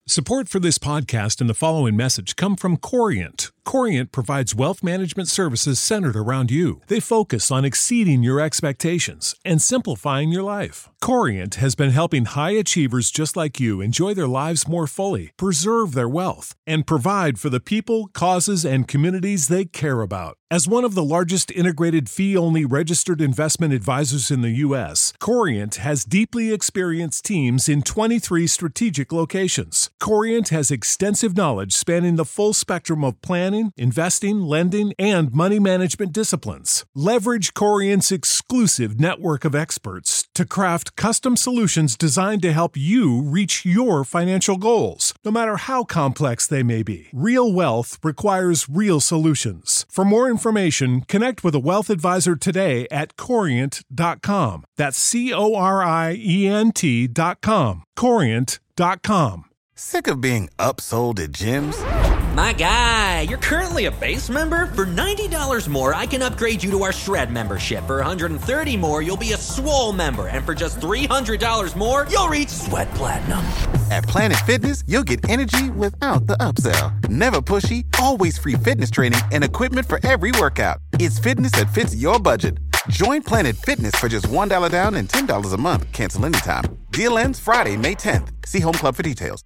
Support for this podcast and the following message come from Corient. Corient provides wealth management services centered around you. They focus on exceeding your expectations and simplifying your life. Corient has been helping high achievers just like you enjoy their lives more fully, preserve their wealth, and provide for the people, causes, and communities they care about. As one of the largest integrated fee-only registered investment advisors in the U.S., Corient has deeply experienced teams in 23 strategic locations. Corient has extensive knowledge spanning the full spectrum of planning, investing, lending, and money management disciplines. Leverage Corient's exclusive network of experts to craft custom solutions designed to help you reach your financial goals, no matter how complex they may be. Real wealth requires real solutions. For more information, connect with a wealth advisor today at Corient.com. That's Corient.com. Corient.com. Sick of being upsold at gyms? My guy, you're currently a base member? For $90 more, I can upgrade you to our Shred membership. For $130 more, you'll be a Swole member. And for just $300 more, you'll reach Sweat Platinum. At Planet Fitness, you'll get energy without the upsell. Never pushy, always free fitness training and equipment for every workout. It's fitness that fits your budget. Join Planet Fitness for just $1 down and $10 a month. Cancel anytime. Deal ends Friday, May 10th. See Home Club for details.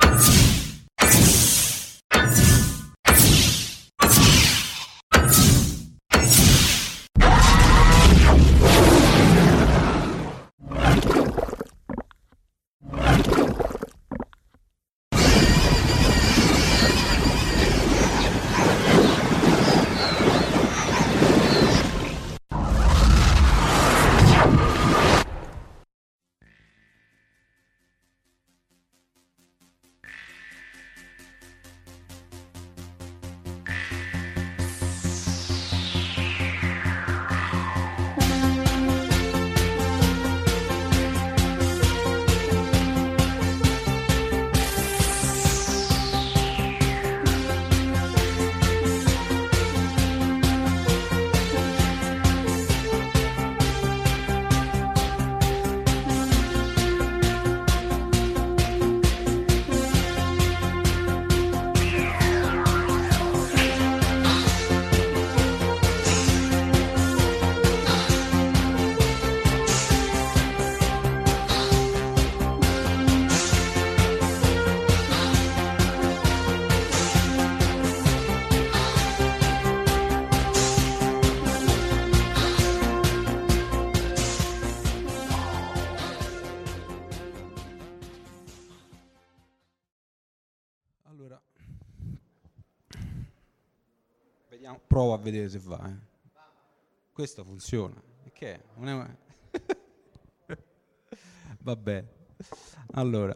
Provo a vedere se va. Questo funziona. Che non è... Vabbè. Allora,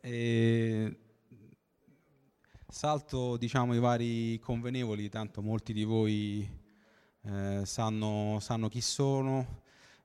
salto diciamo i vari convenevoli, tanto molti di voi sanno chi sono.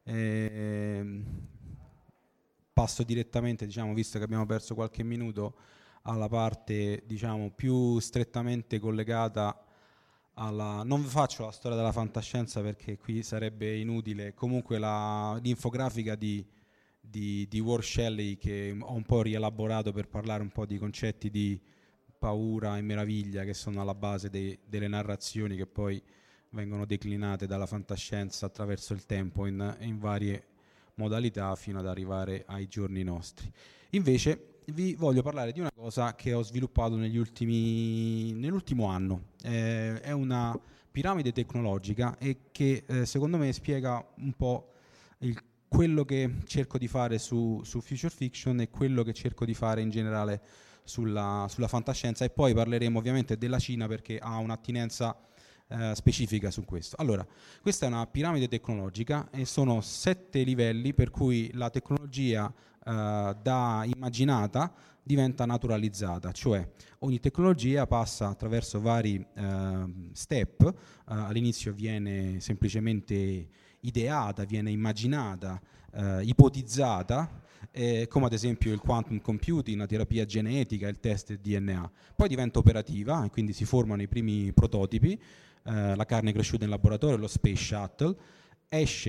Passo direttamente, diciamo, visto che abbiamo perso qualche minuto, alla parte diciamo più strettamente collegata non vi faccio la storia della fantascienza perché qui sarebbe inutile. Comunque l'infografica di Ward Shelley, che ho un po' rielaborato per parlare un po' di concetti di paura e meraviglia che sono alla base delle narrazioni che poi vengono declinate dalla fantascienza attraverso il tempo in varie modalità fino ad arrivare ai giorni nostri. Invece vi voglio parlare di una cosa che ho sviluppato nell'ultimo anno. È una piramide tecnologica e che secondo me spiega un po' quello che cerco di fare su Future Fiction e quello che cerco di fare in generale sulla fantascienza, e poi parleremo ovviamente della Cina perché ha un'attinenza specifica su questo. Allora, questa è una piramide tecnologica e sono 7 livelli per cui la tecnologia da immaginata diventa naturalizzata, cioè ogni tecnologia passa attraverso vari step. All'inizio viene semplicemente ideata, viene immaginata, ipotizzata, come ad esempio il quantum computing, la terapia genetica, il test del DNA. Poi diventa operativa e quindi si formano i primi prototipi, la carne cresciuta in laboratorio, lo Space Shuttle, esce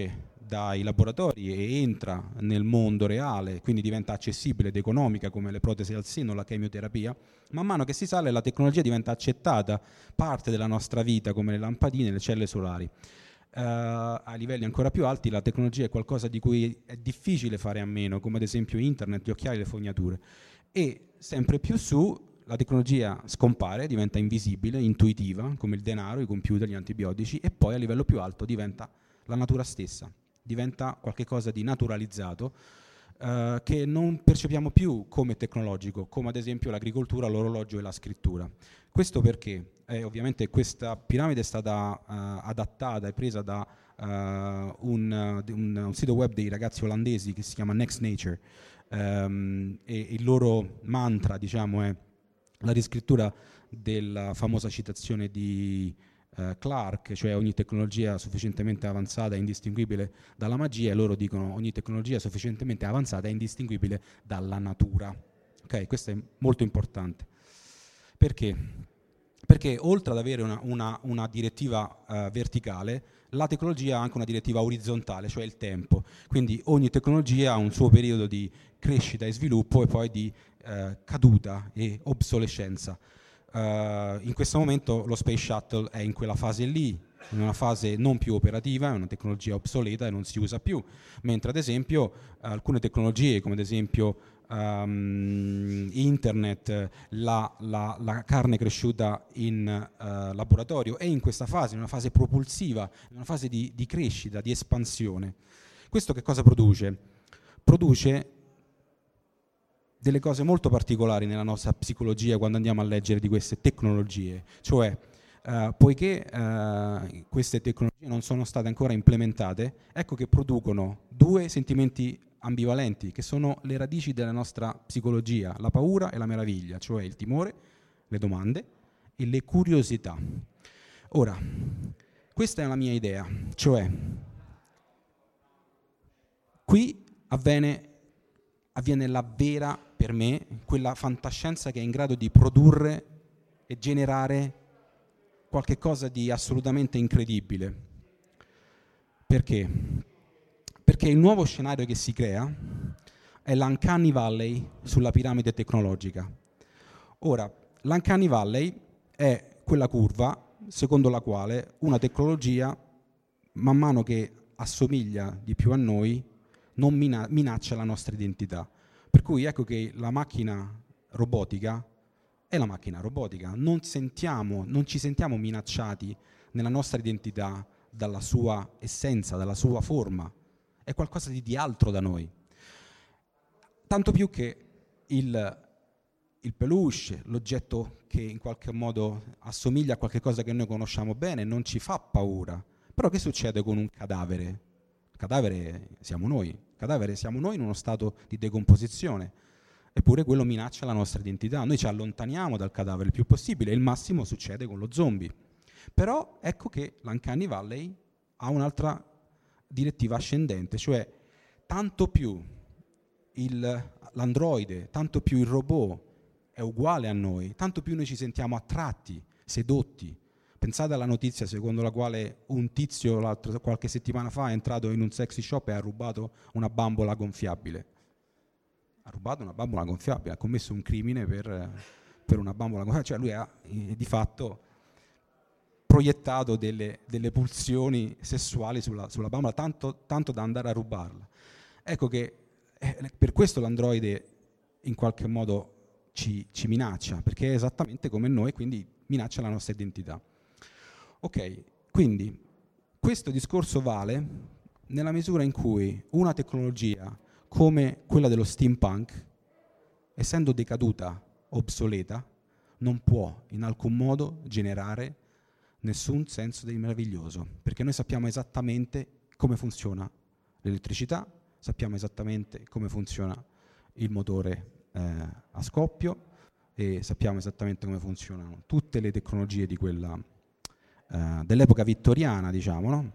dai laboratori e entra nel mondo reale, quindi diventa accessibile ed economica come le protesi al seno, la chemioterapia, man mano che si sale la tecnologia diventa accettata, parte della nostra vita come le lampadine, le celle solari. A livelli ancora più alti la tecnologia è qualcosa di cui è difficile fare a meno, come ad esempio internet, gli occhiali, le fognature. E sempre più su la tecnologia scompare, diventa invisibile, intuitiva, come il denaro, i computer, gli antibiotici, e poi a livello più alto diventa la natura stessa, diventa qualcosa di naturalizzato, che non percepiamo più come tecnologico, come ad esempio l'agricoltura, l'orologio e la scrittura. Questo perché ovviamente questa piramide è stata adattata e presa da un sito web dei ragazzi olandesi che si chiama Next Nature, e il loro mantra, diciamo, è la riscrittura della famosa citazione di Clark, cioè ogni tecnologia sufficientemente avanzata è indistinguibile dalla magia, e loro dicono ogni tecnologia sufficientemente avanzata è indistinguibile dalla natura. Ok, questo è molto importante. Perché? Perché oltre ad avere una direttiva verticale, la tecnologia ha anche una direttiva orizzontale, cioè il tempo. Quindi ogni tecnologia ha un suo periodo di crescita e sviluppo e poi di caduta e obsolescenza. In questo momento lo Space Shuttle è in quella fase lì, in una fase non più operativa, è una tecnologia obsoleta e non si usa più, mentre ad esempio alcune tecnologie come ad esempio internet, la carne cresciuta in laboratorio è in questa fase, in una fase propulsiva, in una fase di crescita, di espansione. Questo che cosa produce? Produce delle cose molto particolari nella nostra psicologia quando andiamo a leggere di queste tecnologie, cioè poiché queste tecnologie non sono state ancora implementate, ecco che producono due sentimenti ambivalenti che sono le radici della nostra psicologia, la paura e la meraviglia, cioè il timore, le domande e le curiosità. Ora, questa è la mia idea, cioè qui avviene la vera, per me, quella fantascienza che è in grado di produrre e generare qualche cosa di assolutamente incredibile. Perché? Perché il nuovo scenario che si crea è l'Uncanny Valley sulla piramide tecnologica. Ora, l'Uncanny Valley è quella curva secondo la quale una tecnologia, man mano che assomiglia di più a noi, non minaccia la nostra identità. Per cui ecco che la macchina robotica è la macchina robotica. Non ci sentiamo minacciati nella nostra identità dalla sua essenza, dalla sua forma. È qualcosa di altro da noi. Tanto più che il peluche, l'oggetto che in qualche modo assomiglia a qualche cosa che noi conosciamo bene, non ci fa paura. Però che succede con un cadavere? Il cadavere siamo noi. Il cadavere siamo noi in uno stato di decomposizione. Eppure quello minaccia la nostra identità. Noi ci allontaniamo dal cadavere il più possibile, e il massimo succede con lo zombie. Però ecco che l'Uncanny Valley ha un'altra direttiva ascendente, cioè tanto più l'androide, tanto più il robot è uguale a noi, tanto più noi ci sentiamo attratti, sedotti. Pensate alla notizia secondo la quale un tizio qualche settimana fa è entrato in un sexy shop e ha rubato una bambola gonfiabile. Ha rubato una bambola gonfiabile, ha commesso un crimine per una bambola gonfiabile, cioè lui ha di fatto proiettato delle pulsioni sessuali sulla bambola, tanto da andare a rubarla. Ecco che per questo l'androide in qualche modo ci minaccia, perché è esattamente come noi, quindi minaccia la nostra identità. Ok, quindi questo discorso vale nella misura in cui una tecnologia come quella dello steampunk, essendo decaduta, obsoleta, non può in alcun modo generare nessun senso di meraviglioso, perché noi sappiamo esattamente come funziona l'elettricità, sappiamo esattamente come funziona il motore a scoppio e sappiamo esattamente come funzionano tutte le tecnologie di quella dell'epoca vittoriana, diciamo, no?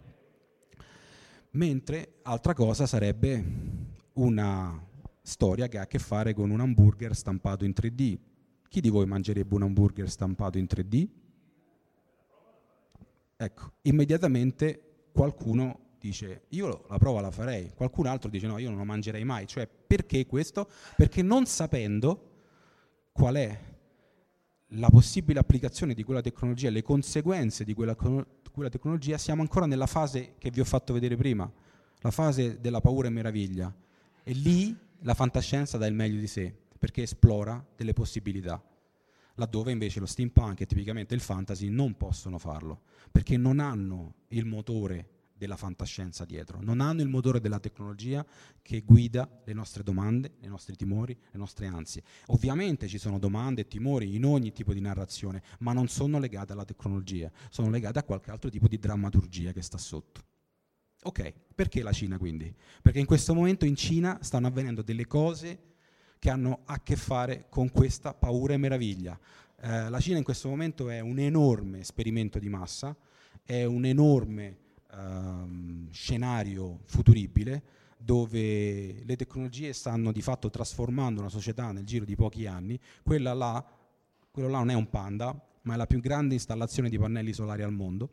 Mentre altra cosa sarebbe una storia che ha a che fare con un hamburger stampato in 3D. Chi di voi mangerebbe un hamburger stampato in 3D? Ecco, immediatamente qualcuno dice io la prova la farei, qualcun altro dice no, io non lo mangerei mai. Cioè, perché questo? Perché non sapendo qual è la possibile applicazione di quella tecnologia, le conseguenze di quella tecnologia, siamo ancora nella fase che vi ho fatto vedere prima, la fase della paura e meraviglia. E lì la fantascienza dà il meglio di sé, perché esplora delle possibilità, laddove invece lo steampunk e tipicamente il fantasy non possono farlo, perché non hanno il motore della fantascienza dietro, non hanno il motore della tecnologia che guida le nostre domande, i nostri timori, le nostre ansie. Ovviamente ci sono domande e timori in ogni tipo di narrazione, ma non sono legate alla tecnologia, sono legate a qualche altro tipo di drammaturgia che sta sotto. Ok, perché la Cina quindi? Perché in questo momento in Cina stanno avvenendo delle cose che hanno a che fare con questa paura e meraviglia. La Cina in questo momento è un enorme esperimento di massa, è un enorme scenario futuribile dove le tecnologie stanno di fatto trasformando una società nel giro di pochi anni. Quello là non è un panda, ma è la più grande installazione di pannelli solari al mondo.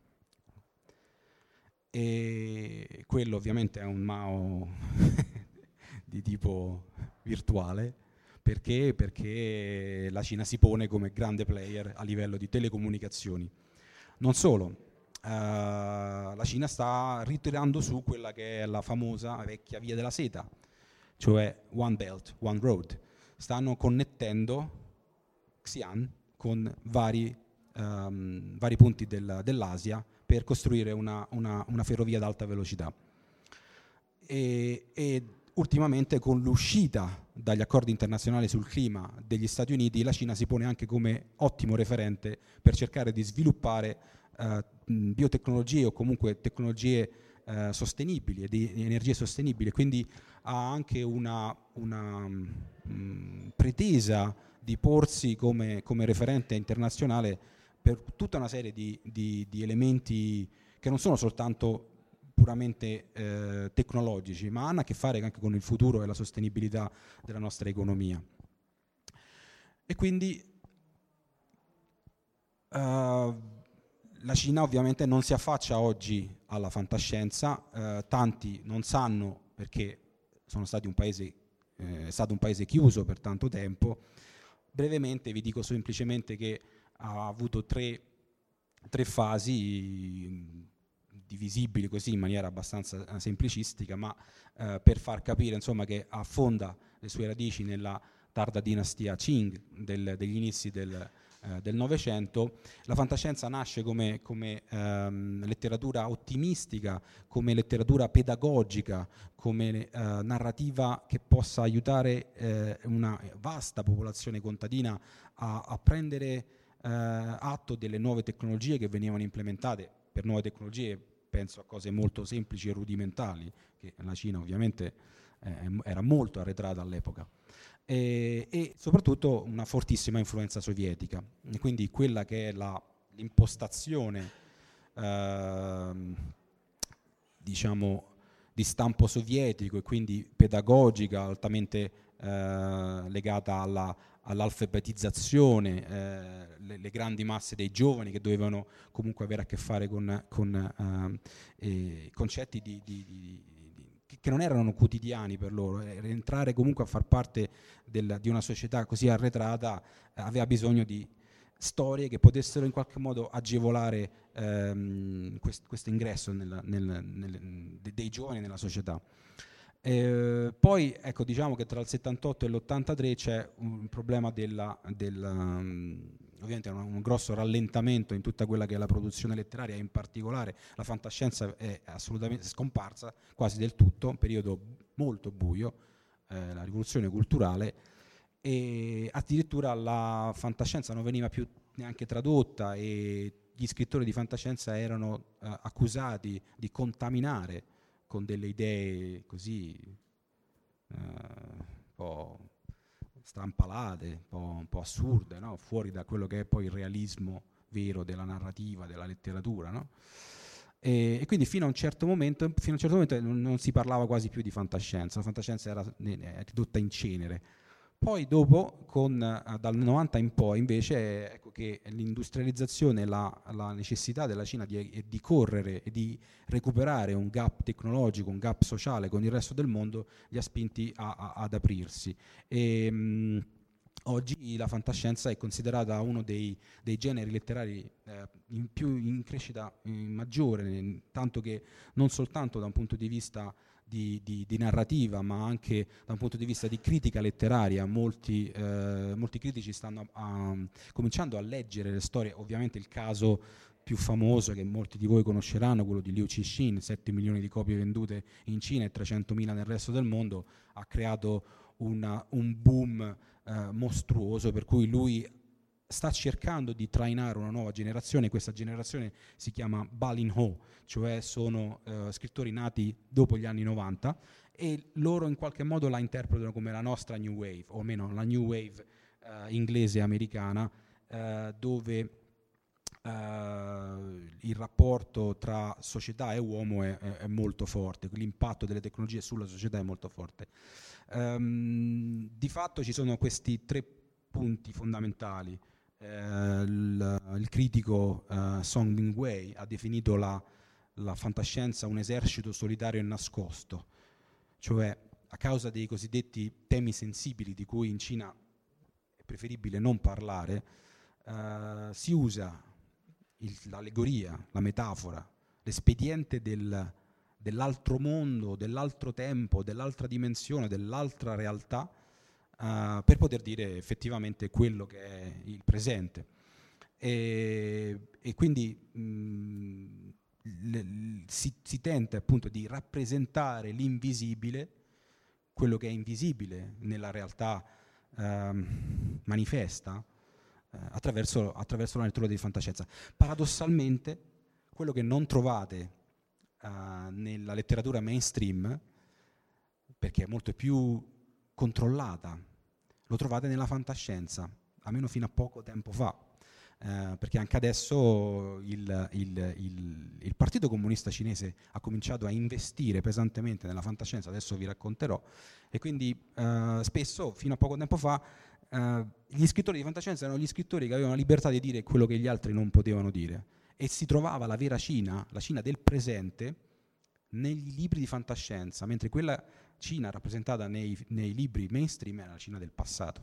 E quello ovviamente è un Mao di tipo virtuale. Perché? Perché la Cina si pone come grande player a livello di telecomunicazioni. Non solo, la Cina sta ritirando su quella che è la famosa vecchia via della seta, cioè One Belt, One Road. Stanno connettendo Xi'an con vari punti dell'Asia per costruire una ferrovia ad alta velocità. E ultimamente, con l'uscita dagli accordi internazionali sul clima degli Stati Uniti, la Cina si pone anche come ottimo referente per cercare di sviluppare biotecnologie o comunque tecnologie sostenibili e di energie sostenibili. Quindi ha anche una pretesa di porsi come referente internazionale per tutta una serie di elementi che non sono soltanto puramente tecnologici, ma hanno a che fare anche con il futuro e la sostenibilità della nostra economia. E quindi la Cina ovviamente non si affaccia oggi alla fantascienza, tanti non sanno perché è stato un paese chiuso per tanto tempo. Brevemente vi dico semplicemente che ha avuto tre fasi divisibili così in maniera abbastanza semplicistica, ma per far capire insomma che affonda le sue radici nella tarda dinastia Qing degli inizi del Novecento. La fantascienza nasce come letteratura ottimistica, come letteratura pedagogica, come narrativa che possa aiutare una vasta popolazione contadina a prendere atto delle nuove tecnologie che venivano implementate. Per nuove tecnologie penso a cose molto semplici e rudimentali, che la Cina ovviamente era molto arretrata all'epoca. E soprattutto una fortissima influenza sovietica, e quindi quella che è l'impostazione diciamo di stampo sovietico e quindi pedagogica, altamente legata all'alfabetizzazione, le grandi masse dei giovani che dovevano comunque avere a che fare con concetti che non erano quotidiani per loro. Entrare comunque a far parte di una società così arretrata aveva bisogno di storie che potessero in qualche modo agevolare questo ingresso dei giovani nella società. Poi ecco, diciamo che tra il 78 e l'83 c'è un problema ovviamente un grosso rallentamento in tutta quella che è la produzione letteraria, in particolare la fantascienza è assolutamente scomparsa quasi del tutto, un periodo molto buio, la rivoluzione culturale, e addirittura la fantascienza non veniva più neanche tradotta e gli scrittori di fantascienza erano accusati di contaminare con delle idee così un po' strampalate, un po' assurde, no? Fuori da quello che è poi il realismo vero della narrativa, della letteratura, no? E quindi fino a un certo momento non si parlava quasi più di fantascienza, la fantascienza era ridotta in cenere. Poi dopo, dal 90 in poi, invece, ecco che l'industrializzazione, la necessità della Cina di correre e di recuperare un gap tecnologico, un gap sociale con il resto del mondo, li ha spinti ad aprirsi. Oggi la fantascienza è considerata uno dei generi letterari in crescita maggiore, tanto che non soltanto da un punto di vista di narrativa, ma anche da un punto di vista di critica letteraria, molti critici stanno cominciando a leggere le storie. Ovviamente il caso più famoso che molti di voi conosceranno, quello di Liu Cixin, 7 milioni di copie vendute in Cina e 300.000 nel resto del mondo, ha creato un boom mostruoso, per cui lui sta cercando di trainare una nuova generazione. Questa generazione si chiama Balin Ho, cioè sono scrittori nati dopo gli anni 90, e loro in qualche modo la interpretano come la nostra New Wave, o almeno la New Wave inglese e americana, dove il rapporto tra società e uomo è molto forte, l'impatto delle tecnologie sulla società è molto forte. Di fatto ci sono questi 3 punti fondamentali. Il critico Song Ming-wei ha definito la fantascienza un esercito solitario e nascosto, cioè a causa dei cosiddetti temi sensibili di cui in Cina è preferibile non parlare, si usa l'allegoria, la metafora, l'espediente dell'altro mondo, dell'altro tempo, dell'altra dimensione, dell'altra realtà, per poter dire effettivamente quello che è il presente. E quindi si tenta appunto di rappresentare l'invisibile, quello che è invisibile nella realtà manifesta, attraverso la lettura di fantascienza. Paradossalmente, quello che non trovate nella letteratura mainstream, perché è molto più controllata, lo trovate nella fantascienza, almeno fino a poco tempo fa, perché anche adesso il Partito Comunista Cinese ha cominciato a investire pesantemente nella fantascienza, adesso vi racconterò, e quindi spesso, fino a poco tempo fa, gli scrittori di fantascienza erano gli scrittori che avevano la libertà di dire quello che gli altri non potevano dire, e si trovava la vera Cina, la Cina del presente, nei libri di fantascienza, mentre quella Cina rappresentata nei libri mainstream era la Cina del passato.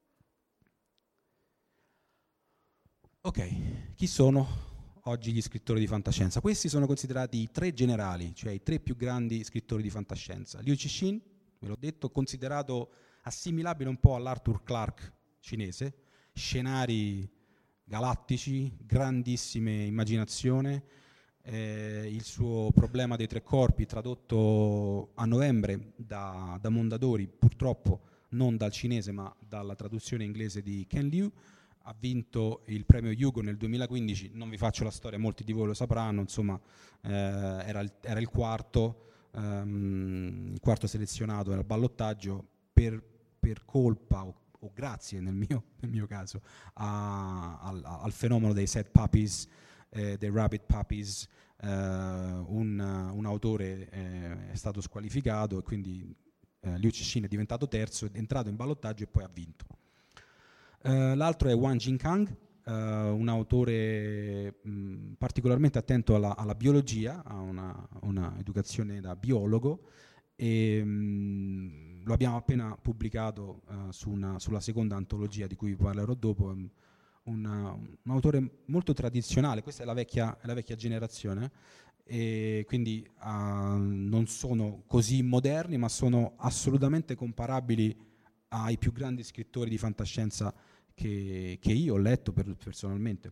Ok, chi sono oggi gli scrittori di fantascienza? Questi sono considerati i 3 generali, cioè i 3 più grandi scrittori di fantascienza. Liu Cixin, ve l'ho detto, considerato assimilabile un po' all'Arthur Clarke cinese, scenari galattici, grandissime immaginazione, il suo Problema dei 3 corpi, tradotto a novembre da Mondadori, purtroppo non dal cinese ma dalla traduzione inglese di Ken Liu, ha vinto il premio Hugo nel 2015, non vi faccio la storia, molti di voi lo sapranno, insomma era il quarto selezionato nel ballottaggio per colpa o grazie nel mio caso al fenomeno dei Sad Puppies, dei Rabbit Puppies. Un autore è stato squalificato e quindi Liu Cixin è diventato terzo, è entrato in ballottaggio e poi ha vinto. L'altro è Wang Jingkang, un autore particolarmente attento alla biologia, ha una educazione da biologo, e lo abbiamo appena pubblicato sulla seconda antologia di cui vi parlerò dopo. Un autore molto tradizionale, questa è la vecchia generazione, e quindi non sono così moderni, ma sono assolutamente comparabili ai più grandi scrittori di fantascienza che io ho letto personalmente.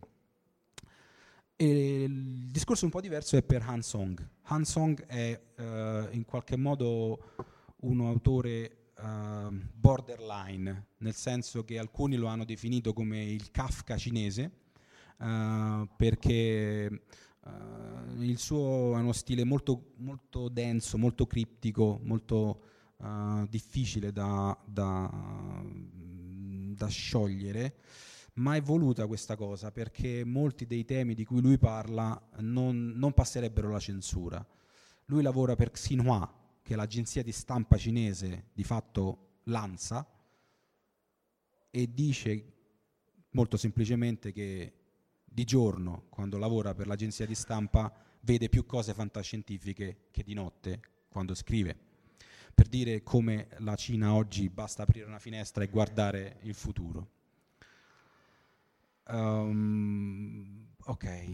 E il discorso un po' diverso è per Han Song. Han Song è in qualche modo un autore borderline, nel senso che alcuni lo hanno definito come il Kafka cinese, perché il suo è uno stile molto, molto denso, molto criptico, molto difficile da sciogliere, ma è voluta questa cosa perché molti dei temi di cui lui parla non passerebbero la censura. Lui lavora per Xinhua, che è l'agenzia di stampa cinese, di fatto l'ANSA, e dice molto semplicemente che di giorno, quando lavora per l'agenzia di stampa, vede più cose fantascientifiche che di notte quando scrive. Per dire come la Cina oggi basta aprire una finestra e guardare il futuro. Ok.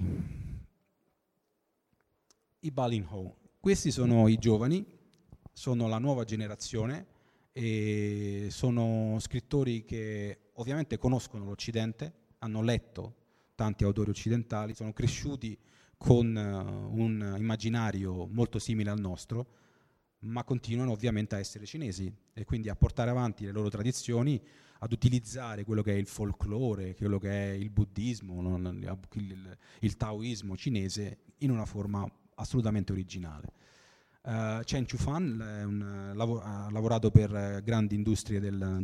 I Ballinho. Questi sono i giovani, sono la nuova generazione e sono scrittori che ovviamente conoscono l'Occidente, hanno letto tanti autori occidentali, sono cresciuti con un immaginario molto simile al nostro, ma continuano ovviamente a essere cinesi e quindi a portare avanti le loro tradizioni, ad utilizzare quello che è il folklore, quello che è il buddismo, il taoismo cinese in una forma assolutamente originale. Chen Qiufan ha lavorato per grandi industrie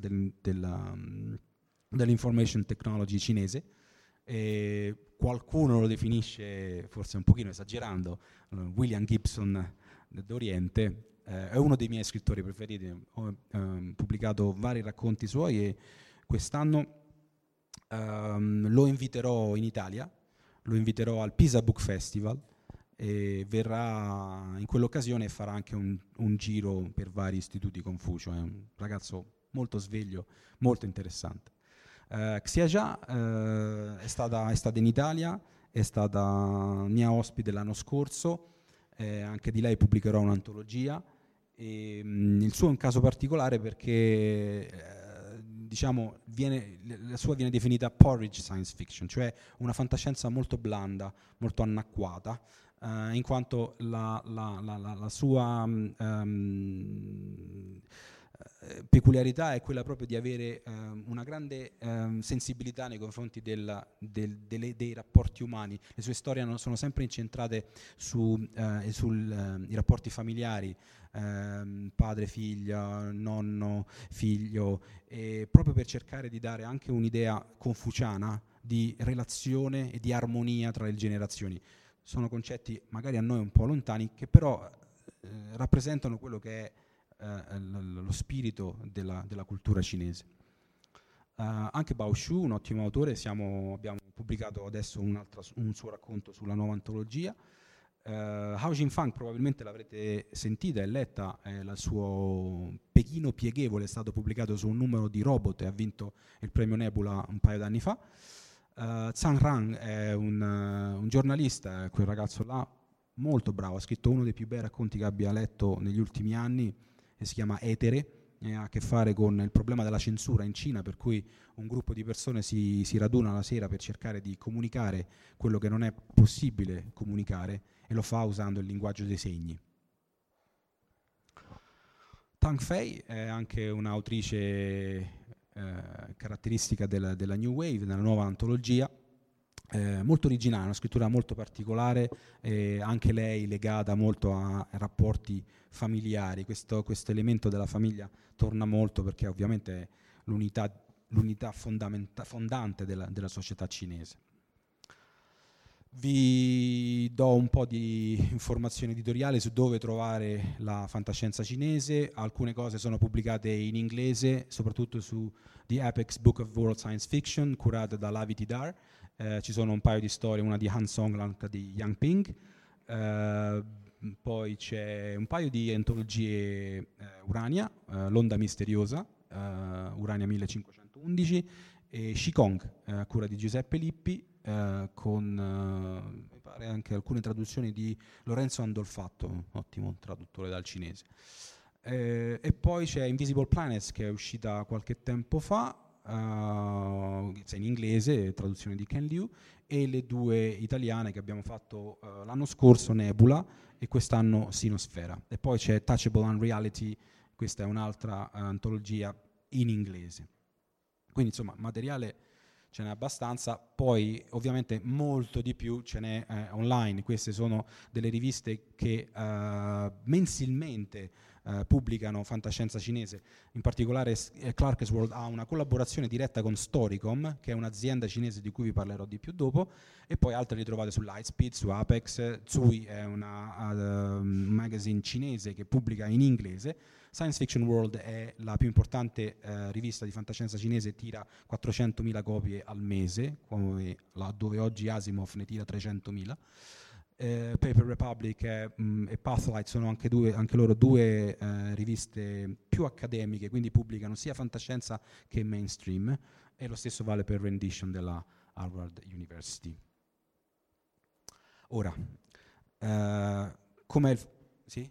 dell'information technology cinese, e qualcuno lo definisce, forse un pochino esagerando, William Gibson d'Oriente. È uno dei miei scrittori preferiti, ho pubblicato vari racconti suoi e quest'anno lo inviterò in Italia, lo inviterò al Pisa Book Festival e verrà in quell'occasione e farà anche un giro per vari istituti Confucio. È un ragazzo molto sveglio, molto interessante. Xia Jia è stata in Italia, è stata mia ospite l'anno scorso, anche di lei pubblicherò un'antologia. Il suo è un caso particolare perché diciamo la sua viene definita porridge science fiction, cioè una fantascienza molto blanda, molto annacquata, in quanto la sua peculiarità è quella proprio di avere una grande sensibilità nei confronti dei rapporti umani. Le sue storie sono sempre incentrate sui rapporti familiari, padre, figlia, nonno, figlio, proprio per cercare di dare anche un'idea confuciana di relazione e di armonia tra le generazioni. Sono concetti magari a noi un po' lontani, che però rappresentano quello che è lo spirito della cultura cinese. Anche Bao Shu, un ottimo autore, abbiamo pubblicato adesso un suo racconto sulla nuova antologia. Hao Jinfang probabilmente l'avrete sentita e letta, il suo Pechino pieghevole è stato pubblicato su un numero di Robot e ha vinto il premio Nebula un paio d'anni fa. Zhang Rang è un giornalista, quel ragazzo là molto bravo, ha scritto uno dei più bei racconti che abbia letto negli ultimi anni, che si chiama Etere, e ha a che fare con il problema della censura in Cina, per cui un gruppo di persone si raduna la sera per cercare di comunicare quello che non è possibile comunicare, e lo fa usando il linguaggio dei segni. Tang Fei è anche un'autrice caratteristica della New Wave, della nuova antologia, molto originale, una scrittura molto particolare, anche lei legata molto a rapporti familiari. Questo elemento della famiglia torna molto perché ovviamente è l'unità fondante della società cinese. Vi do un po' di informazioni editoriali su dove trovare la fantascienza cinese. Alcune cose sono pubblicate in inglese, soprattutto su The Apex Book of World Science Fiction, curata da Lavi Tidar. Ci sono un paio di storie, una di Han Song, l'altra di Yang Ping. Poi c'è un paio di antologie Urania, L'Onda Misteriosa, Urania 1511, e Shikong, a cura di Giuseppe Lippi, con mi pare anche alcune traduzioni di Lorenzo Andolfatto, ottimo traduttore dal cinese. E poi c'è Invisible Planets, che è uscita qualche tempo fa, in inglese, traduzione di Ken Liu, e le due italiane che abbiamo fatto l'anno scorso, Nebula, e quest'anno Sinosfera. E poi c'è Touchable Unreality, questa è un'altra antologia in inglese. Quindi insomma materiale ce n'è abbastanza, poi ovviamente molto di più ce n'è online. Queste sono delle riviste che mensilmente pubblicano fantascienza cinese, in particolare Clark's World ha una collaborazione diretta con Storycom, che è un'azienda cinese di cui vi parlerò di più dopo, e poi altre li trovate su Lightspeed, su Apex. Tsui è un magazine cinese che pubblica in inglese, Science Fiction World è la più importante rivista di fantascienza cinese, tira 400.000 copie al mese, dove oggi Asimov ne tira 300.000. Paper Republic e Pathlight sono anche loro due riviste più accademiche, quindi pubblicano sia fantascienza che mainstream, e lo stesso vale per Rendition della Harvard University. Ora, com'è il... Sì?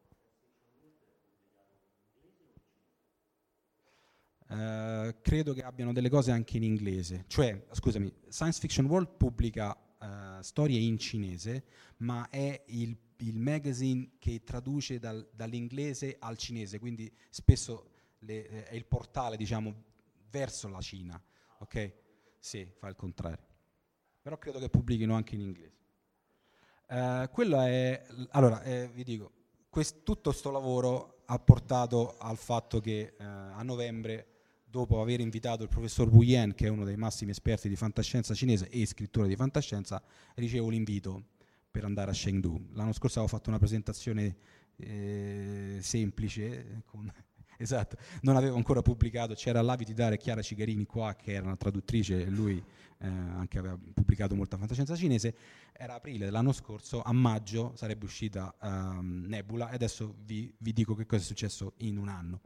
Credo che abbiano delle cose anche in inglese, cioè, scusami, Science Fiction World pubblica storie in cinese, ma è il magazine che traduce dall'inglese al cinese, quindi spesso è il portale, diciamo, verso la Cina, ok? Sì, fa il contrario. Però credo che pubblichino anche in inglese. Quello è, allora, vi dico, tutto sto lavoro ha portato al fatto che a novembre, dopo aver invitato il professor Wu Yan, che è uno dei massimi esperti di fantascienza cinese e scrittore di fantascienza, ricevo l'invito per andare a Chengdu. L'anno scorso avevo fatto una presentazione semplice, esatto, non avevo ancora pubblicato, c'era l'Avididare Chiara Cigarini qua, che era una traduttrice, e lui anche aveva pubblicato molta fantascienza cinese. Era aprile dell'anno scorso, a maggio sarebbe uscita Nebula, e adesso vi dico che cosa è successo in un anno.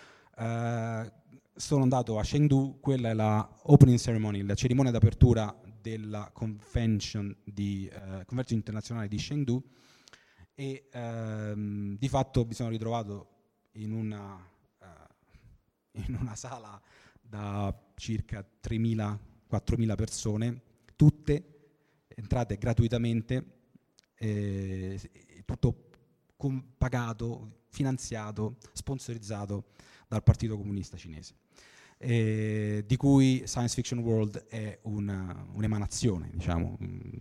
Sono andato a Chengdu, quella è la opening ceremony, la cerimonia d'apertura della convention internazionale di Chengdu, e di fatto mi sono ritrovato in una sala da circa 3.000-4.000 persone, tutte entrate gratuitamente, tutto pagato, finanziato, sponsorizzato dal Partito Comunista Cinese, di cui Science Fiction World è un'emanazione, diciamo.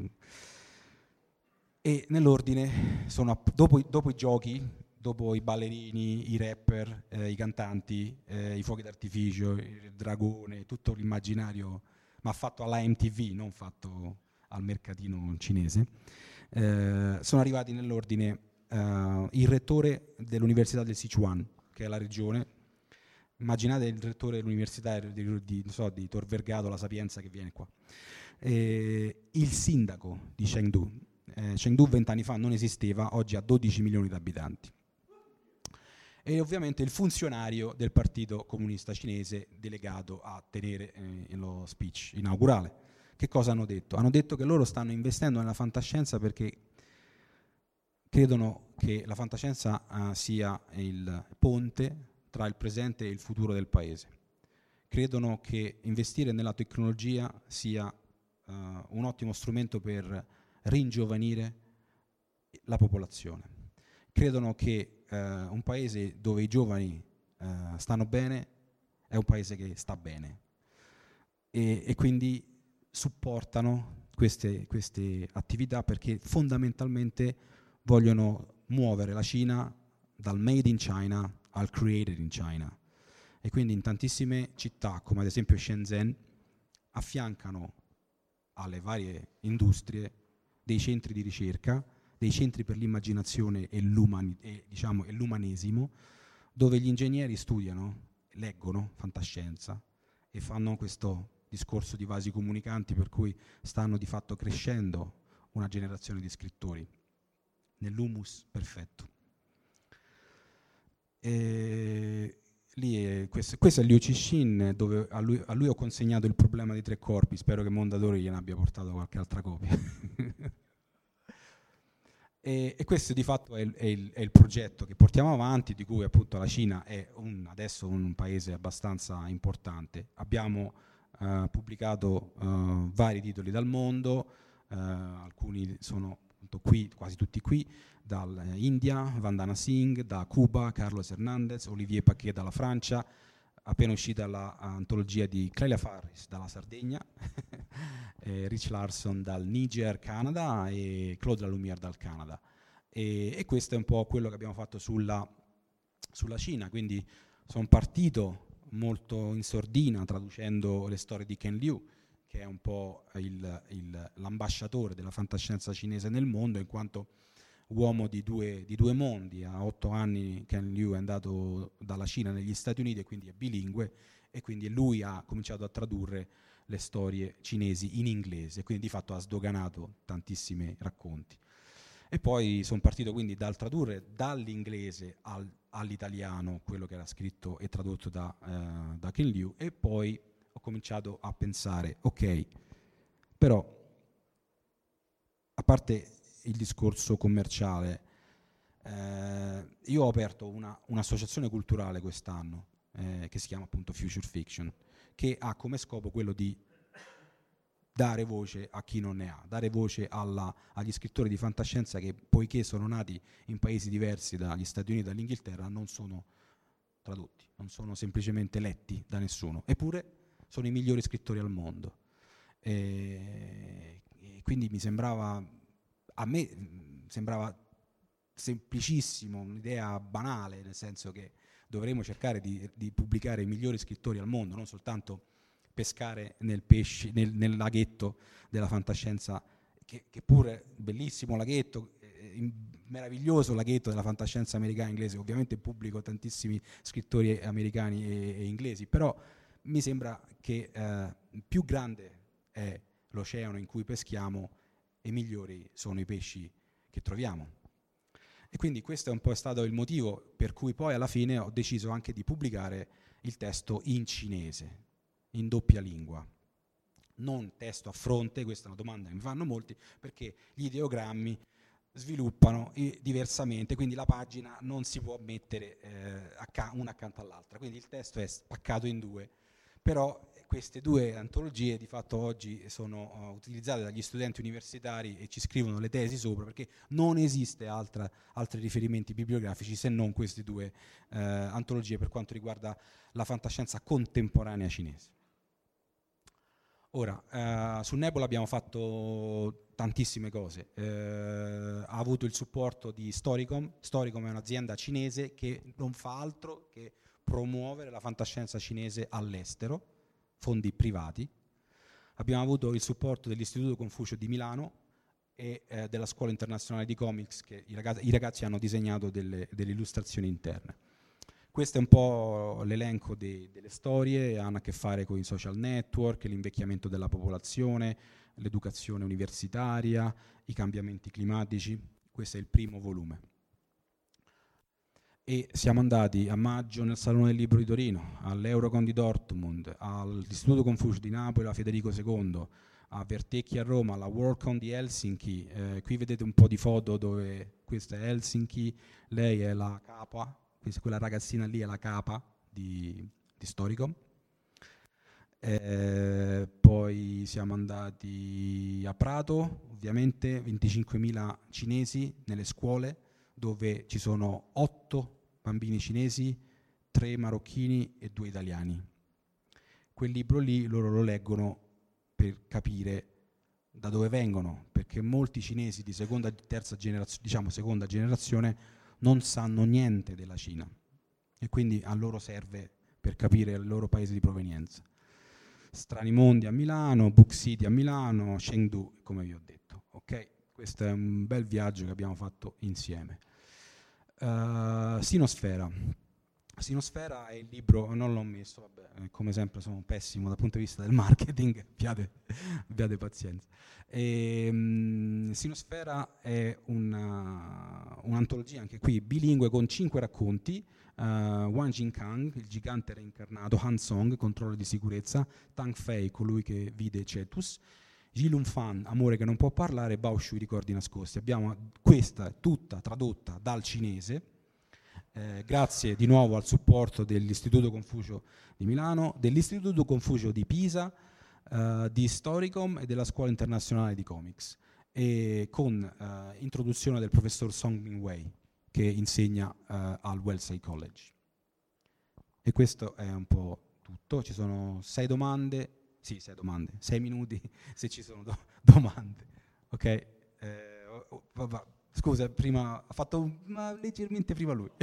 E nell'ordine sono dopo i giochi, dopo i ballerini, i rapper, i cantanti, i fuochi d'artificio, il dragone, tutto l'immaginario, ma fatto alla MTV, non fatto al mercatino cinese, sono arrivati nell'ordine il rettore dell'Università del Sichuan, che è la regione. Immaginate il rettore dell'università di Tor Vergata, la Sapienza, che viene qua. Il sindaco di Chengdu. Chengdu 20 anni fa non esisteva, oggi ha 12 milioni di abitanti. E ovviamente il funzionario del Partito Comunista Cinese delegato a tenere lo speech inaugurale. Che cosa hanno detto? Hanno detto che loro stanno investendo nella fantascienza perché credono che la fantascienza sia il ponte tra il presente e il futuro del paese. Credono che investire nella tecnologia sia un ottimo strumento per ringiovanire la popolazione. Credono che un paese dove i giovani stanno bene è un paese che sta bene, e quindi supportano queste attività perché fondamentalmente vogliono muovere la Cina dal made in China al created in China, e quindi in tantissime città, come ad esempio Shenzhen, affiancano alle varie industrie dei centri di ricerca, dei centri per l'immaginazione e l'umanesimo, dove gli ingegneri studiano, leggono fantascienza e fanno questo discorso di vasi comunicanti, per cui stanno di fatto crescendo una generazione di scrittori nell'humus perfetto. Questo è Liu Cixin, dove a lui ho consegnato Il problema dei tre corpi. Spero che Mondadori gliene abbia portato qualche altra copia. E questo di fatto è il progetto che portiamo avanti, di cui appunto la Cina è adesso un paese abbastanza importante. Abbiamo pubblicato vari titoli dal mondo, alcuni sono appunto qui, quasi tutti qui, dall'India, Vandana Singh, da Cuba, Carlos Hernandez, Olivier Paquet dalla Francia, appena uscita l'antologia di Clelia Farris dalla Sardegna, Rich Larson dal Niger, Canada, e Claude Lalumière dal Canada. E questo è un po' quello che abbiamo fatto sulla Cina, quindi sono partito molto in sordina traducendo le storie di Ken Liu, che è un po' l'ambasciatore della fantascienza cinese nel mondo, in quanto uomo di due mondi. A 8 anni Ken Liu è andato dalla Cina negli Stati Uniti e quindi è bilingue, e quindi lui ha cominciato a tradurre le storie cinesi in inglese, quindi di fatto ha sdoganato tantissimi racconti. E poi sono partito quindi dal tradurre dall'inglese all'italiano quello che era scritto e tradotto da Ken Liu, e poi ho cominciato a pensare, ok, però a parte il discorso commerciale, io ho aperto un'associazione culturale quest'anno che si chiama appunto Future Fiction, che ha come scopo quello di dare voce a chi non ne ha, dare voce agli scrittori di fantascienza che, poiché sono nati in paesi diversi dagli Stati Uniti e dall'Inghilterra, non sono tradotti, non sono semplicemente letti da nessuno, eppure sono i migliori scrittori al mondo. E quindi a me sembrava semplicissimo, un'idea banale, nel senso che dovremmo cercare di pubblicare i migliori scrittori al mondo, non soltanto pescare nel laghetto della fantascienza, che pure bellissimo laghetto, meraviglioso laghetto della fantascienza americana e inglese. Ovviamente pubblico tantissimi scrittori americani e inglesi, però mi sembra che più grande è l'oceano in cui peschiamo e migliori sono i pesci che troviamo. E quindi questo è un po' stato il motivo per cui poi alla fine ho deciso anche di pubblicare il testo in cinese, in doppia lingua. Non testo a fronte, questa è una domanda che mi fanno molti, perché gli ideogrammi sviluppano diversamente, quindi la pagina non si può mettere una accanto all'altra, quindi il testo è spaccato in due. Però queste due antologie di fatto oggi sono utilizzate dagli studenti universitari e ci scrivono le tesi sopra, perché non esiste altri riferimenti bibliografici se non queste due antologie per quanto riguarda la fantascienza contemporanea cinese. Ora, su Nebula abbiamo fatto tantissime cose. Ha avuto il supporto di Storycom. Storycom è un'azienda cinese che non fa altro che promuovere la fantascienza cinese all'estero, fondi privati. Abbiamo avuto il supporto dell'Istituto Confucio di Milano e della Scuola Internazionale di Comics, che i ragazzi hanno disegnato delle illustrazioni interne. Questo è un po' l'elenco delle storie, hanno a che fare con i social network, l'invecchiamento della popolazione, l'educazione universitaria, i cambiamenti climatici. Questo è il primo volume. E siamo andati a maggio nel Salone del Libro di Torino, all'Eurocon di Dortmund, all'Istituto Confucio di Napoli, a Federico II, a Vertecchi a Roma, alla Worldcon di Helsinki. Qui vedete un po' di foto dove questa è Helsinki, lei è la capa, quella ragazzina lì è la capa di Storycom. Poi siamo andati a Prato, ovviamente 25.000 cinesi nelle scuole, dove ci sono 8 bambini cinesi, 3 marocchini e 2 italiani. Quel libro lì loro lo leggono per capire da dove vengono, perché molti cinesi di seconda e terza generazione, diciamo seconda generazione, non sanno niente della Cina, e quindi a loro serve per capire il loro paese di provenienza. Strani Mondi a Milano, Book City a Milano, Chengdu, come vi ho detto. Ok? Questo è un bel viaggio che abbiamo fatto insieme. Sinosfera. Sinosfera è il libro, non l'ho messo, vabbè, come sempre sono pessimo dal punto di vista del marketing, abbiate pazienza. Sinosfera è un'antologia anche qui bilingue con 5 racconti. Wang Jingkang, il gigante reincarnato, Han Song, controllo di sicurezza, Tang Fei, colui che vide Cetus, Jilun Fan, amore che non può parlare, Bao Shui, ricordi nascosti. Abbiamo questa tutta tradotta dal cinese, grazie di nuovo al supporto dell'Istituto Confucio di Milano, dell'Istituto Confucio di Pisa, di Storycom e della Scuola Internazionale di Comics, e con introduzione del professor Song Min Wei, che insegna al Wellesley College. E questo è un po' tutto. Ci sono 6 domande. Sì, 6 domande, 6 minuti se ci sono domande. Ok? Scusa, prima ha fatto leggermente prima lui.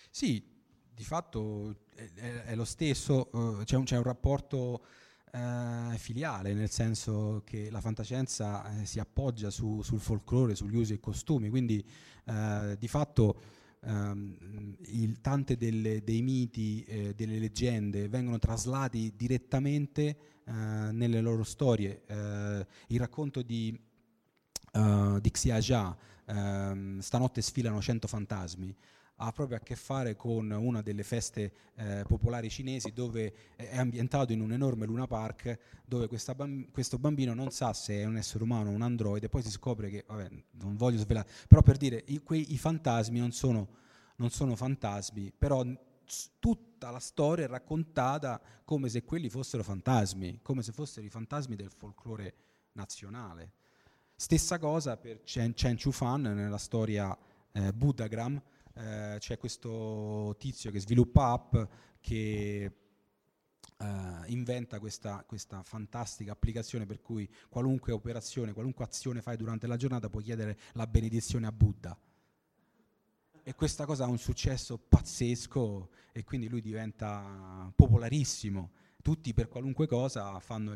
Sì, di fatto è lo stesso, c'è un rapporto filiale, nel senso che la fantascienza si appoggia sul folklore, sugli usi e costumi, quindi di fatto tante dei miti, delle leggende vengono traslati direttamente nelle loro storie. Il racconto di Xia Jia, Stanotte sfilano 100 fantasmi, ha proprio a che fare con una delle feste popolari cinesi, dove è ambientato in un enorme Luna Park, dove questo bambino non sa se è un essere umano o un androide, poi si scopre che, vabbè, non voglio svelare, però per dire, i fantasmi non sono fantasmi, però tutta la storia è raccontata come se quelli fossero fantasmi, come se fossero i fantasmi del folklore nazionale. Stessa cosa per Chen Chu-fan nella storia Buddhagram. C'è questo tizio che sviluppa app che inventa questa fantastica applicazione per cui qualunque operazione, qualunque azione fai durante la giornata puoi chiedere la benedizione a Buddha. E questa cosa ha un successo pazzesco e quindi lui diventa popolarissimo. Tutti per qualunque cosa fanno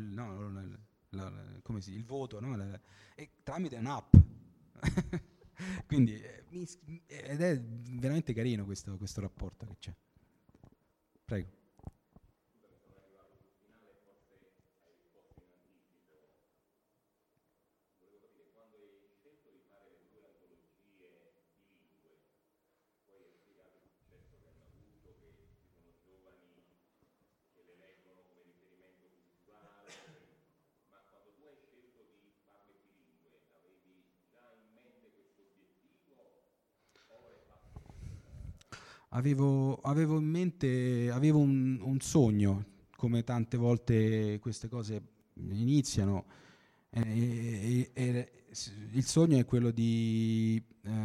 il voto, no? E tramite un'app. Quindi ed è veramente carino questo rapporto che c'è. Prego. Avevo in mente, avevo un sogno, come tante volte queste cose iniziano. Il sogno è quello di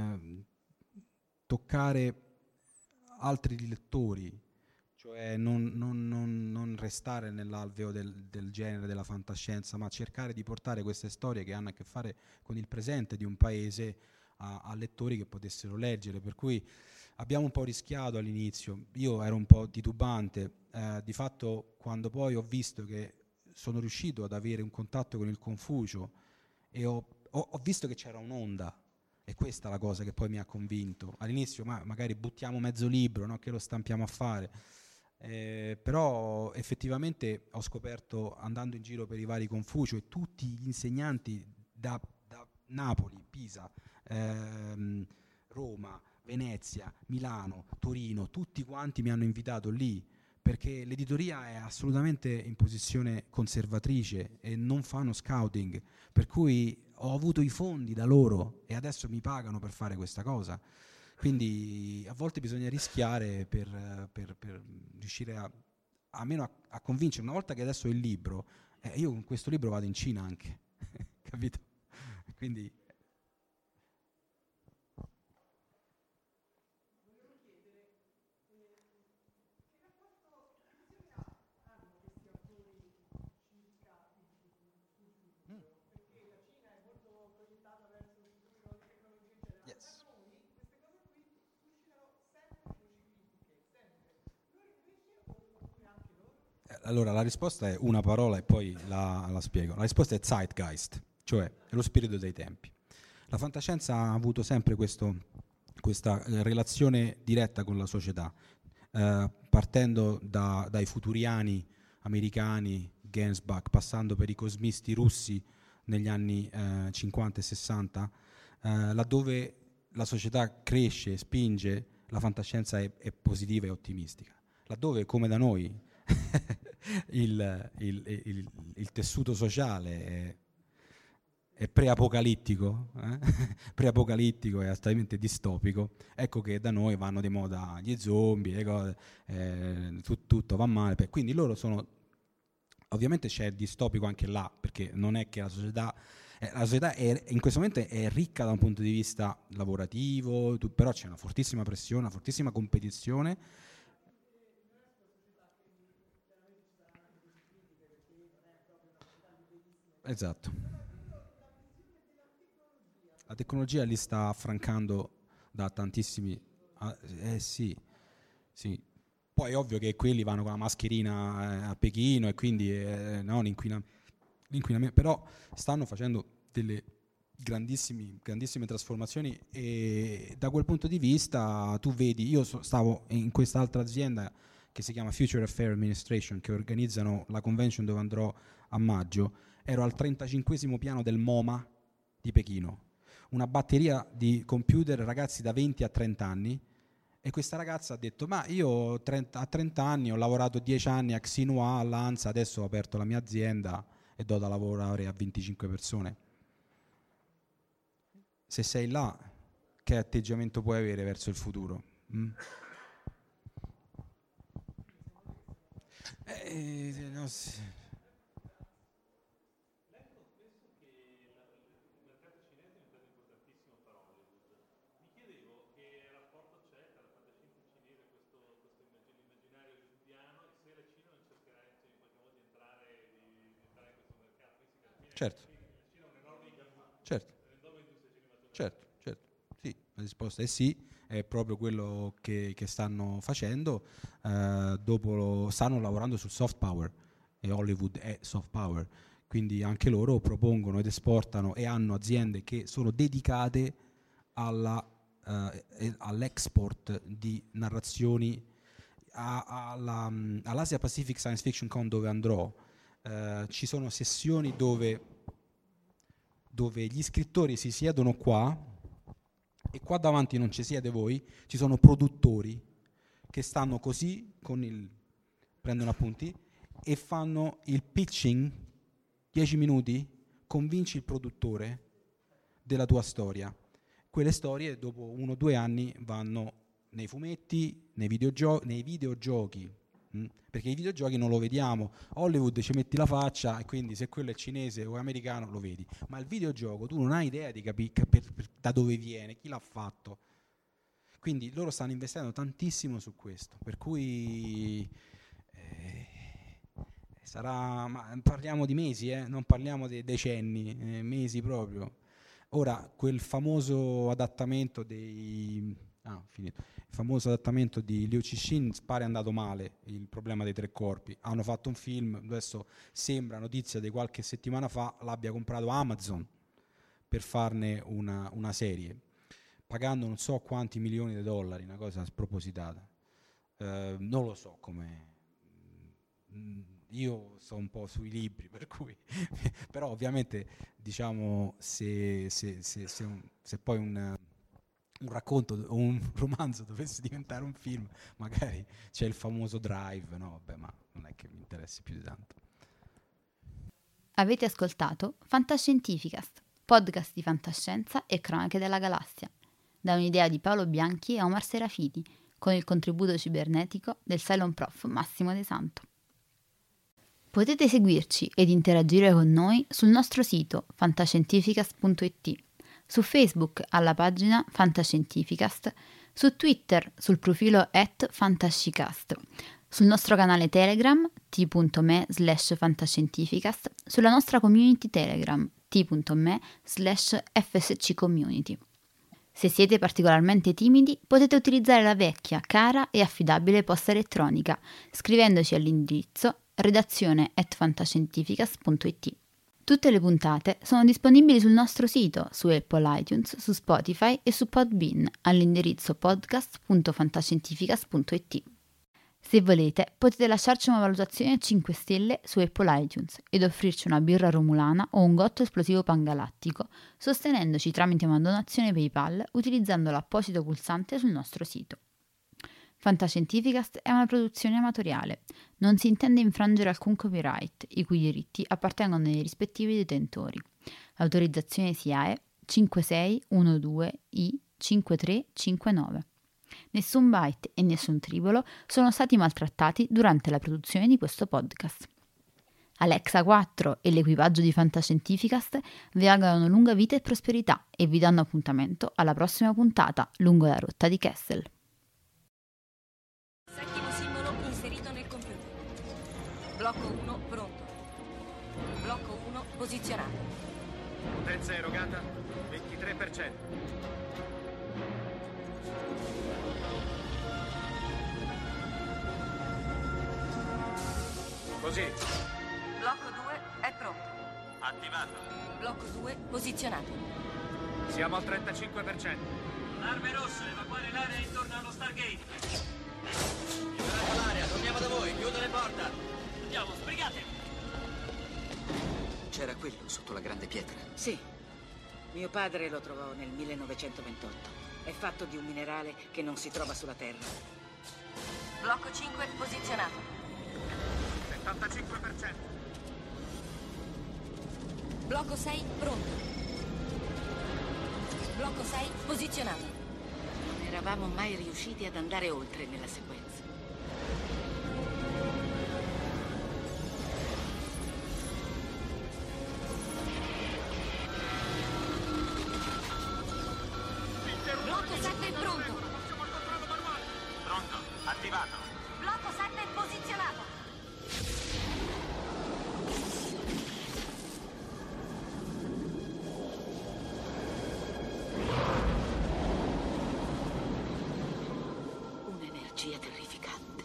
toccare altri lettori, cioè non restare nell'alveo del genere della fantascienza, ma cercare di portare queste storie che hanno a che fare con il presente di un paese a lettori che potessero leggere, per cui abbiamo un po' rischiato all'inizio, io ero un po' titubante, di fatto quando poi ho visto che sono riuscito ad avere un contatto con il Confucio e ho visto che c'era un'onda, e questa è la cosa che poi mi ha convinto. All'inizio magari buttiamo mezzo libro, no? Che lo stampiamo a fare, però effettivamente ho scoperto, andando in giro per i vari Confucio e tutti gli insegnanti da Napoli, Pisa, Roma, Venezia, Milano, Torino, tutti quanti mi hanno invitato lì, perché l'editoria è assolutamente in posizione conservatrice e non fanno scouting, per cui ho avuto i fondi da loro e adesso mi pagano per fare questa cosa. Quindi a volte bisogna rischiare per riuscire almeno a convincere. Una volta che adesso ho il libro, io con questo libro vado in Cina anche, capito? Quindi yes. Allora, la risposta è una parola e poi la spiego. La risposta è Zeitgeist, cioè è lo spirito dei tempi. La fantascienza ha avuto sempre questa relazione diretta con la società, partendo dai futuriani americani, Gainsbach, passando per i cosmisti russi negli anni 50 e 60, laddove la società cresce, spinge, la fantascienza è positiva e ottimistica. Laddove, come da noi, il tessuto sociale è preapocalittico, preapocalittico e altamente distopico, ecco che da noi vanno di moda gli zombie, le cose, tutto va male. Quindi loro sono, ovviamente c'è il distopico anche là, perché non è che la società in questo momento è ricca da un punto di vista lavorativo, però c'è una fortissima pressione, una fortissima competizione. Esatto. La tecnologia li sta affrancando da tantissimi. Sì. Sì. Poi è ovvio che quelli vanno con la mascherina a Pechino e quindi no, l'inquinamento, però stanno facendo delle grandissime trasformazioni, e da quel punto di vista tu vedi, io stavo in quest'altra azienda che si chiama Future Affairs Administration, che organizzano la convention dove andrò a maggio, ero al 35esimo piano del MoMA di Pechino, una batteria di computer ragazzi da 20 a 30 anni, e questa ragazza ha detto: ma io a 30 anni ho lavorato 10 anni a Xinhua, all'ANSA, adesso ho aperto la mia azienda e do da lavorare a 25 persone. Se sei là, che atteggiamento puoi avere verso il futuro? No, sì. Certo, sì, la risposta è sì, è proprio quello che stanno facendo. Stanno lavorando sul soft power, e Hollywood è soft power, quindi anche loro propongono ed esportano, e hanno aziende che sono dedicate all'export di narrazioni all'Asia Pacific Science Fiction Con, dove andrò. Ci sono sessioni dove gli scrittori si siedono qua, e qua davanti non ci siete voi, ci sono produttori che stanno così prendono appunti e fanno il pitching, 10 minuti, convinci il produttore della tua storia. Quelle storie dopo 1 o 2 anni vanno nei fumetti, nei videogiochi, perché i videogiochi non lo vediamo. Hollywood ci metti la faccia, e quindi se quello è cinese o americano lo vedi, ma il videogioco tu non hai idea di capire da dove viene, chi l'ha fatto. Quindi loro stanno investendo tantissimo su questo, per cui ma parliamo di mesi, non parliamo di decenni, mesi proprio. Ora, quel famoso adattamento il famoso adattamento di Liu Cixin pare andato male, il problema dei 3 corpi. Hanno fatto un film, adesso sembra, notizia di qualche settimana fa, l'abbia comprato Amazon per farne una serie, pagando non so quanti milioni di dollari, una cosa spropositata. Non lo so come... Io sto un po' sui libri, per cui però ovviamente, diciamo, se poi un racconto o un romanzo dovesse diventare un film, magari c'è il famoso Drive, no? Vabbè, ma non è che mi interessi più di tanto. Avete ascoltato Fantascientificast, podcast di fantascienza e cronache della galassia, da un'idea di Paolo Bianchi e Omar Serafiti, con il contributo cibernetico del Cylon Prof Massimo De Santo. Potete seguirci ed interagire con noi sul nostro sito fantascientificast.it, su Facebook alla pagina Fantascientificast, su Twitter sul profilo @fantascicast, sul nostro canale Telegram t.me/fantascientificast, sulla nostra community Telegram t.me/fsccommunity. Se siete particolarmente timidi, potete utilizzare la vecchia, cara e affidabile posta elettronica, scrivendoci all'indirizzo redazione@fantascientificast.it. Tutte le puntate sono disponibili sul nostro sito, su Apple iTunes, su Spotify e su Podbean all'indirizzo podcast.fantascientificast.it. Se volete, potete lasciarci una valutazione a 5 stelle su Apple iTunes ed offrirci una birra romulana o un gotto esplosivo pangalattico, sostenendoci tramite una donazione PayPal utilizzando l'apposito pulsante sul nostro sito. Fantascientificast è una produzione amatoriale. Non si intende infrangere alcun copyright, i cui diritti appartengono ai rispettivi detentori. L'autorizzazione SIAE 5612I5359. Nessun byte e nessun tribolo sono stati maltrattati durante la produzione di questo podcast. Alexa 4 e l'equipaggio di Fantascientificast vi augurano lunga vita e prosperità e vi danno appuntamento alla prossima puntata lungo la rotta di Kessel. Settimo simbolo inserito nel computer. Blocco 1 pronto. Blocco 1 posizionato. Potenza erogata 23%. Così. Blocco 2 è pronto. Attivato. Blocco 2 posizionato. Siamo al 35%. Arme rosse, evacuare l'area intorno allo Stargate. Liberate l'area, torniamo da voi, chiudo le porte. Andiamo, sbrigate. C'era quello sotto la grande pietra. Sì. Mio padre lo trovò nel 1928. È fatto di un minerale che non si trova sulla Terra. Blocco 5 posizionato. 75%. Blocco 6 pronto. Blocco 6 posizionato. Non eravamo mai riusciti ad andare oltre nella sequenza. Blocco 7 pronto. Pronto, attivato. Blocco 7 posizionato. Un'energia terrificante.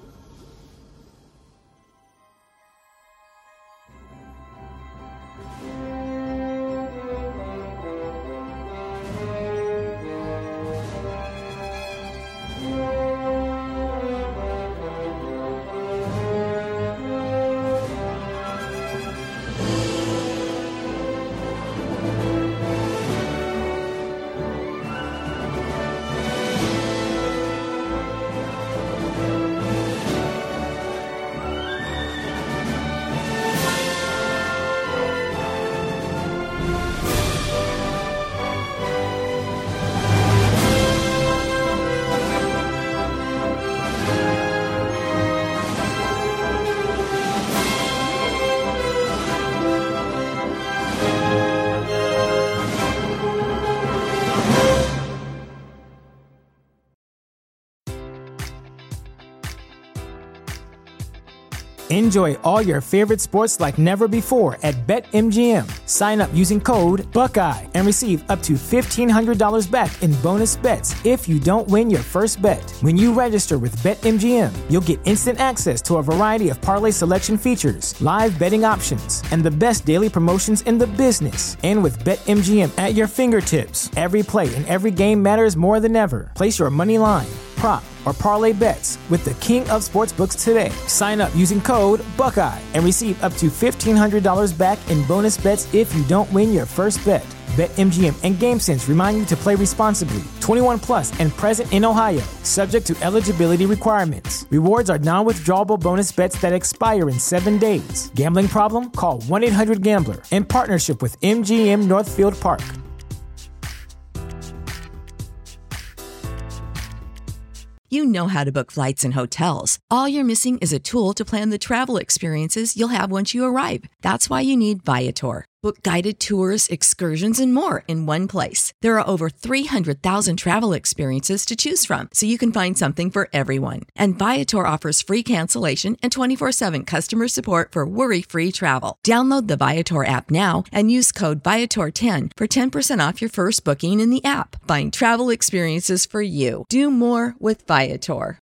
Enjoy all your favorite sports like never before at BetMGM. Sign up using code Buckeye and receive up to $1,500 back in bonus bets if you don't win your first bet. When you register with BetMGM, you'll get instant access to a variety of parlay selection features, live betting options, and the best daily promotions in the business. And with BetMGM at your fingertips, every play and every game matters more than ever. Place your money line, prop, or parlay bets with the king of sportsbooks today. Sign up using code Buckeye and receive up to $1,500 back in bonus bets if you don't win your first bet. BetMGM and GameSense remind you to play responsibly. 21 plus and present in Ohio, subject to eligibility requirements. Rewards are non-withdrawable bonus bets that expire in 7 days. Gambling problem? Call 1-800-GAMBLER. In partnership with MGM Northfield Park. You know how to book flights and hotels. All you're missing is a tool to plan the travel experiences you'll have once you arrive. That's why you need Viator. Book guided tours, excursions, and more in one place. There are over 300,000 travel experiences to choose from, so you can find something for everyone. And Viator offers free cancellation and 24/7 customer support for worry-free travel. Download the Viator app now and use code Viator10 for 10% off your first booking in the app. Find travel experiences for you. Do more with Viator.